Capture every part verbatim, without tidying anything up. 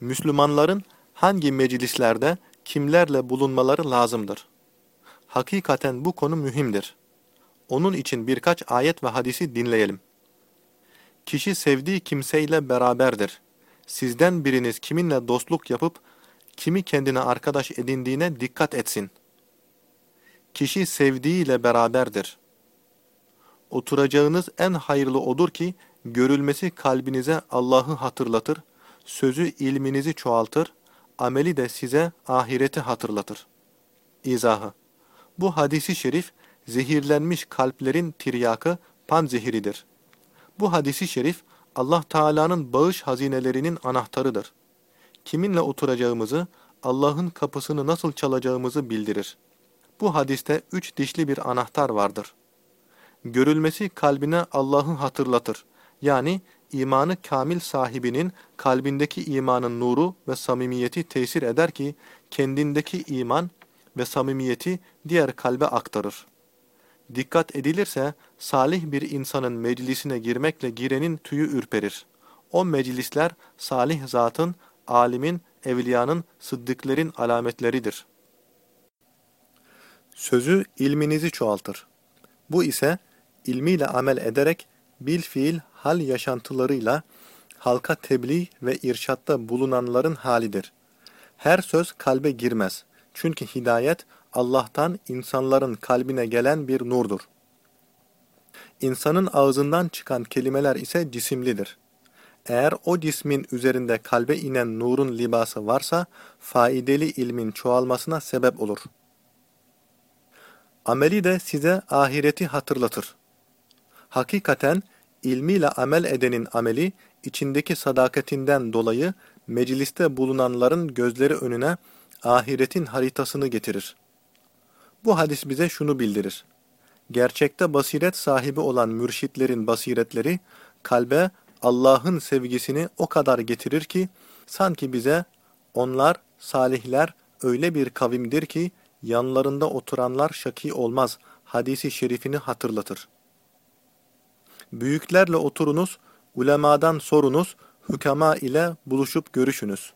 Müslümanların hangi meclislerde kimlerle bulunmaları lazımdır? Hakikaten bu konu mühimdir. Onun için birkaç ayet ve hadisi dinleyelim. Kişi sevdiği kimseyle beraberdir. Sizden biriniz kiminle dostluk yapıp kimi kendine arkadaş edindiğine dikkat etsin. Kişi sevdiğiyle beraberdir. Oturacağınız en hayırlı odur ki görülmesi kalbinize Allah'ı hatırlatır, sözü ilminizi çoğaltır, ameli de size ahireti hatırlatır. İzahı: Bu hadisi şerif zehirlenmiş kalplerin tiryakı panzehiridir. Bu hadisi şerif Allah Teala'nın bağış hazinelerinin anahtarıdır. Kiminle oturacağımızı, Allah'ın kapısını nasıl çalacağımızı bildirir. Bu hadiste üç dişli bir anahtar vardır. Görülmesi kalbine Allah'ı hatırlatır. Yani imanı kamil sahibinin kalbindeki imanın nuru ve samimiyeti tesir eder ki kendindeki iman ve samimiyeti diğer kalbe aktarır. Dikkat edilirse salih bir insanın meclisine girmekle girenin tüyü ürperir. O meclisler salih zatın, alimin, evliyanın, sıddıklerin alametleridir. Sözü ilminizi çoğaltır. Bu ise ilmiyle amel ederek bilfiil hal yaşantılarıyla halka tebliğ ve irşatta bulunanların halidir. Her söz kalbe girmez. Çünkü hidayet Allah'tan insanların kalbine gelen bir nurdur. İnsanın ağzından çıkan kelimeler ise cisimlidir. Eğer o cismin üzerinde kalbe inen nurun libası varsa faydalı ilmin çoğalmasına sebep olur. Ameli de size ahireti hatırlatır. Hakikaten ilmiyle amel edenin ameli içindeki sadakatinden dolayı mecliste bulunanların gözleri önüne ahiretin haritasını getirir. Bu hadis bize şunu bildirir. Gerçekte basiret sahibi olan mürşitlerin basiretleri kalbe Allah'ın sevgisini o kadar getirir ki sanki bize onlar salihler öyle bir kavimdir ki yanlarında oturanlar şaki olmaz hadisi şerifini hatırlatır. Büyüklerle oturunuz, ulemadan sorunuz, hükema ile buluşup görüşünüz.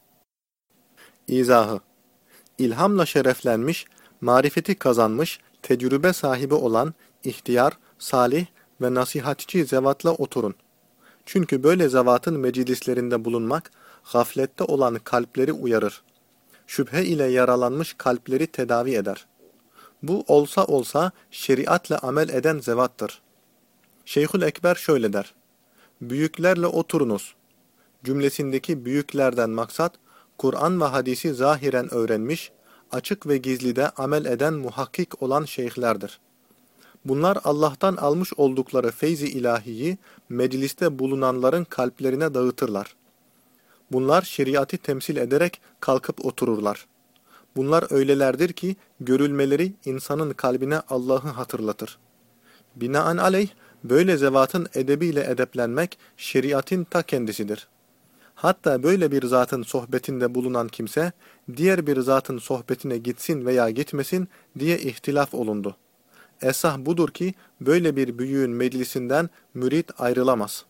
İzahı: İlhamla şereflenmiş, marifeti kazanmış, tecrübe sahibi olan, ihtiyar, salih ve nasihatçi zevatla oturun. Çünkü böyle zevatın meclislerinde bulunmak, gaflette olan kalpleri uyarır. Şüphe ile yaralanmış kalpleri tedavi eder. Bu olsa olsa şeriatla amel eden zevattır. Şeyhü'l-Ekber şöyle der: Büyüklerle oturunuz. Cümlesindeki büyüklerden maksat, Kur'an ve hadisi zahiren öğrenmiş, açık ve gizlide amel eden muhakkik olan şeyhlerdir. Bunlar Allah'tan almış oldukları feyzi ilahiyi mecliste bulunanların kalplerine dağıtırlar. Bunlar şeriatı temsil ederek kalkıp otururlar. Bunlar öylelerdir ki görülmeleri insanın kalbine Allah'ı hatırlatır. Binaenaleyh böyle zevatın edebiyle edeplenmek şeriatın ta kendisidir. Hatta böyle bir zatın sohbetinde bulunan kimse, diğer bir zatın sohbetine gitsin veya gitmesin diye ihtilaf olundu. Esah budur ki böyle bir büyüğün meclisinden mürit ayrılamaz.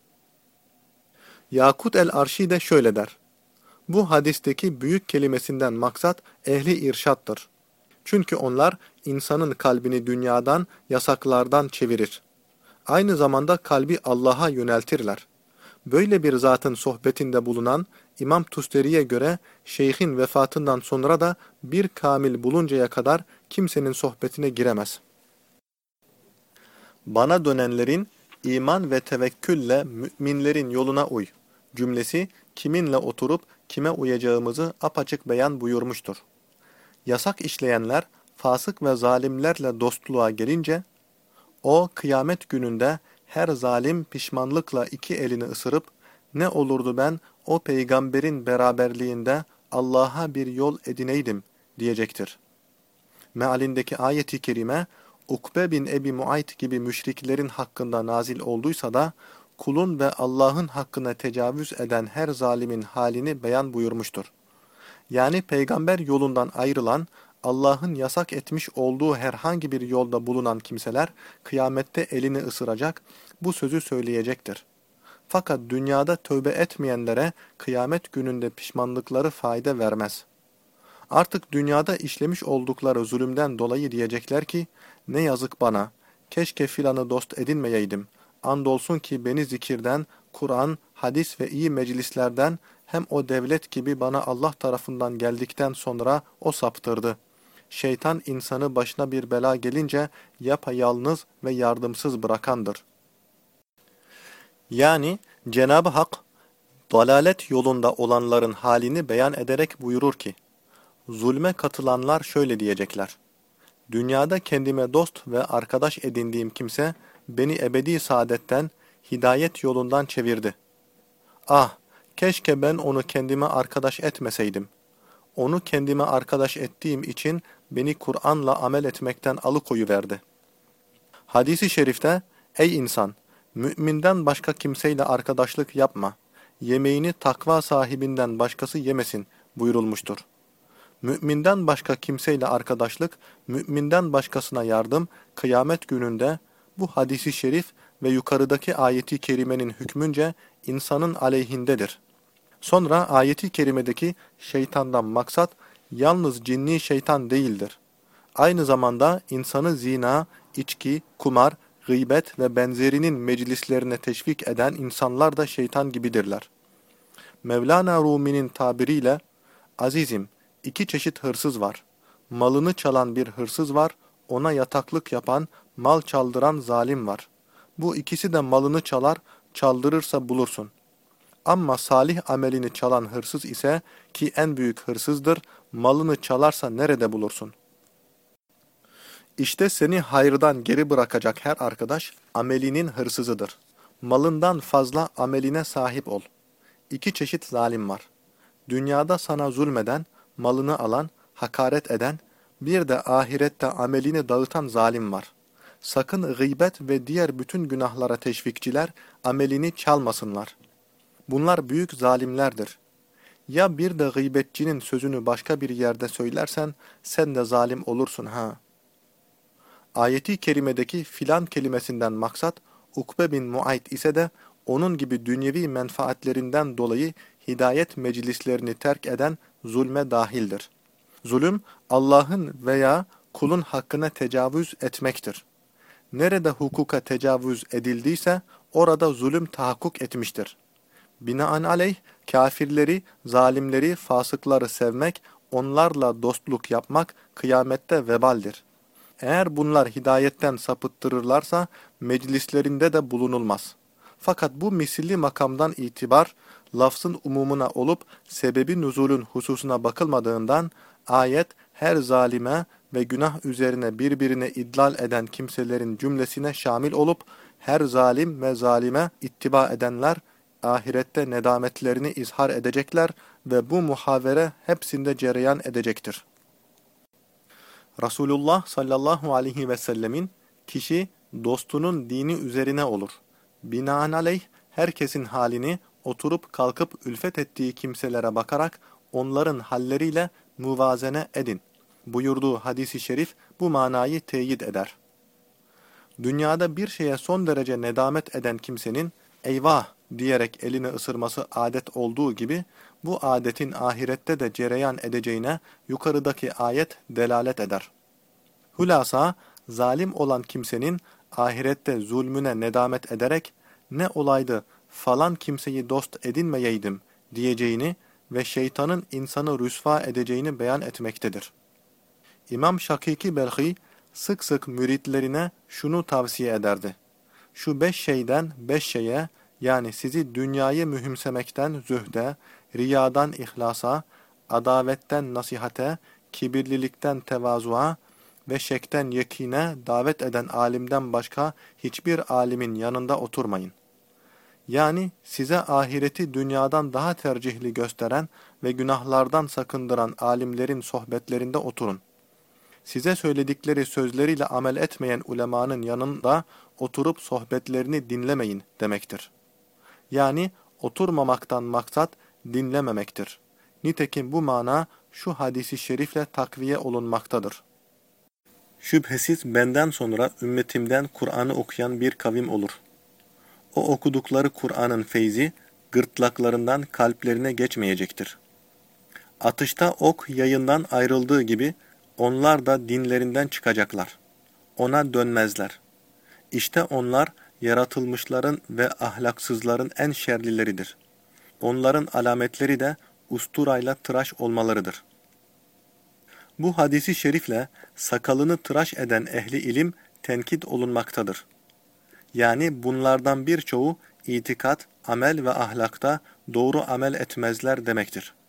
Yakut el-Arşi de şöyle der: Bu hadisteki büyük kelimesinden maksat ehli irşattır. Çünkü onlar insanın kalbini dünyadan, yasaklardan çevirir. Aynı zamanda kalbi Allah'a yöneltirler. Böyle bir zatın sohbetinde bulunan İmam Tustari'ye göre şeyhin vefatından sonra da bir kamil buluncaya kadar kimsenin sohbetine giremez. Bana dönenlerin iman ve tevekkülle müminlerin yoluna uy cümlesi kiminle oturup kime uyacağımızı apaçık beyan buyurmuştur. Yasak işleyenler fasık ve zalimlerle dostluğa gelince o kıyamet gününde her zalim pişmanlıkla iki elini ısırıp ne olurdu ben o peygamberin beraberliğinde Allah'a bir yol edineydim diyecektir. Mealindeki ayet-i kerime Ukbe bin Ebi Muayt gibi müşriklerin hakkında nazil olduysa da kulun ve Allah'ın hakkına tecavüz eden her zalimin halini beyan buyurmuştur. Yani peygamber yolundan ayrılan, Allah'ın yasak etmiş olduğu herhangi bir yolda bulunan kimseler kıyamette elini ısıracak, bu sözü söyleyecektir. Fakat dünyada tövbe etmeyenlere kıyamet gününde pişmanlıkları fayda vermez. Artık dünyada işlemiş oldukları zulümden dolayı diyecekler ki, ne yazık bana, keşke filanı dost edinmeyeydim. Andolsun ki beni zikirden, Kur'an, hadis ve iyi meclislerden hem o devlet gibi bana Allah tarafından geldikten sonra o saptırdı. Şeytan insanı başına bir bela gelince yapayalnız ve yardımsız bırakandır. Yani Cenab-ı Hak, dalalet yolunda olanların halini beyan ederek buyurur ki, zulme katılanlar şöyle diyecekler. Dünyada kendime dost ve arkadaş edindiğim kimse, beni ebedi saadetten, hidayet yolundan çevirdi. Ah, keşke ben onu kendime arkadaş etmeseydim. Onu kendime arkadaş ettiğim için beni Kur'an'la amel etmekten alıkoyuverdi. Hadis-i şerifte, ey insan, müminden başka kimseyle arkadaşlık yapma, yemeğini takva sahibinden başkası yemesin buyurulmuştur. Müminden başka kimseyle arkadaşlık, müminden başkasına yardım, kıyamet gününde bu hadisi şerif ve yukarıdaki ayeti kerimenin hükmünce insanın aleyhindedir. Sonra ayeti kerimedeki şeytandan maksat yalnız cinni şeytan değildir. Aynı zamanda insanı zina, içki, kumar, gıybet ve benzerinin meclislerine teşvik eden insanlar da şeytan gibidirler. Mevlana Rumi'nin tabiriyle, azizim, iki çeşit hırsız var. Malını çalan bir hırsız var, ona yataklık yapan, mal çaldıran zalim var. Bu ikisi de malını çalar, çaldırırsa bulursun. Ama salih amelini çalan hırsız ise, ki en büyük hırsızdır, malını çalarsa nerede bulursun? İşte seni hayırdan geri bırakacak her arkadaş, amelinin hırsızıdır. Malından fazla ameline sahip ol. İki çeşit zalim var. Dünyada sana zulmeden, malını alan, hakaret eden, bir de ahirette amelini dağıtan zalim var. Sakın gıybet ve diğer bütün günahlara teşvikçiler amelini çalmasınlar. Bunlar büyük zalimlerdir. Ya bir de gıybetçinin sözünü başka bir yerde söylersen, sen de zalim olursun ha. Ayeti kerimedeki filan kelimesinden maksat, Ukbe bin Muayt ise de, onun gibi dünyevi menfaatlerinden dolayı hidayet meclislerini terk eden zulme dahildir. Zulüm, Allah'ın veya kulun hakkına tecavüz etmektir. Nerede hukuka tecavüz edildiyse, orada zulüm tahakkuk etmiştir. Binaenaleyh, kafirleri, zalimleri, fasıkları sevmek, onlarla dostluk yapmak kıyamette vebaldir. Eğer bunlar hidayetten sapıttırırlarsa, meclislerinde de bulunulmaz. Fakat bu misilli makamdan itibar, lafzın umumuna olup sebebi nüzulün hususuna bakılmadığından, ayet her zalime ve günah üzerine birbirine idlal eden kimselerin cümlesine şamil olup, her zalim ve zalime ittiba edenler, ahirette nedametlerini izhar edecekler ve bu muhavere hepsinde cereyan edecektir. Resulullah sallallahu aleyhi ve sellemin, kişi dostunun dini üzerine olur. Binaenaleyh herkesin halini oturup kalkıp ülfet ettiği kimselere bakarak onların halleriyle muvazene edin buyurduğu hadis-i şerif bu manayı teyit eder. Dünyada bir şeye son derece nedamet eden kimsenin eyvah diyerek elini ısırması adet olduğu gibi bu adetin ahirette de cereyan edeceğine yukarıdaki ayet delalet eder. Hülasa, zalim olan kimsenin ahirette zulmüne nedamet ederek ne olaydı falan kimseyi dost edinmeyeydim diyeceğini ve şeytanın insanı rüsva edeceğini beyan etmektedir. İmam Şakiki Belhi sık sık müritlerine şunu tavsiye ederdi. Şu beş şeyden beş şeye, yani sizi dünyayı mühimsemekten zühde, riyadan ihlasa, adavetten nasihate, kibirlilikten tevazuğa ve şekten yekine davet eden alimden başka hiçbir alimin yanında oturmayın. Yani size ahireti dünyadan daha tercihli gösteren ve günahlardan sakındıran alimlerin sohbetlerinde oturun. Size söyledikleri sözleriyle amel etmeyen ulemanın yanında oturup sohbetlerini dinlemeyin demektir. Yani oturmamaktan maksat dinlememektir. Nitekim bu mana şu hadisi şerifle takviye olunmaktadır. Şüphesiz benden sonra ümmetimden Kur'an'ı okuyan bir kavim olur. O okudukları Kur'an'ın feyzi, gırtlaklarından kalplerine geçmeyecektir. Atışta ok yayından ayrıldığı gibi, onlar da dinlerinden çıkacaklar. Ona dönmezler. İşte onlar, yaratılmışların ve ahlaksızların en şerlileridir. Onların alametleri de usturayla tıraş olmalarıdır. Bu hadisi şerifle sakalını tıraş eden ehli ilim tenkit olunmaktadır. Yani bunlardan birçoğu itikat, amel ve ahlakta doğru amel etmezler demektir.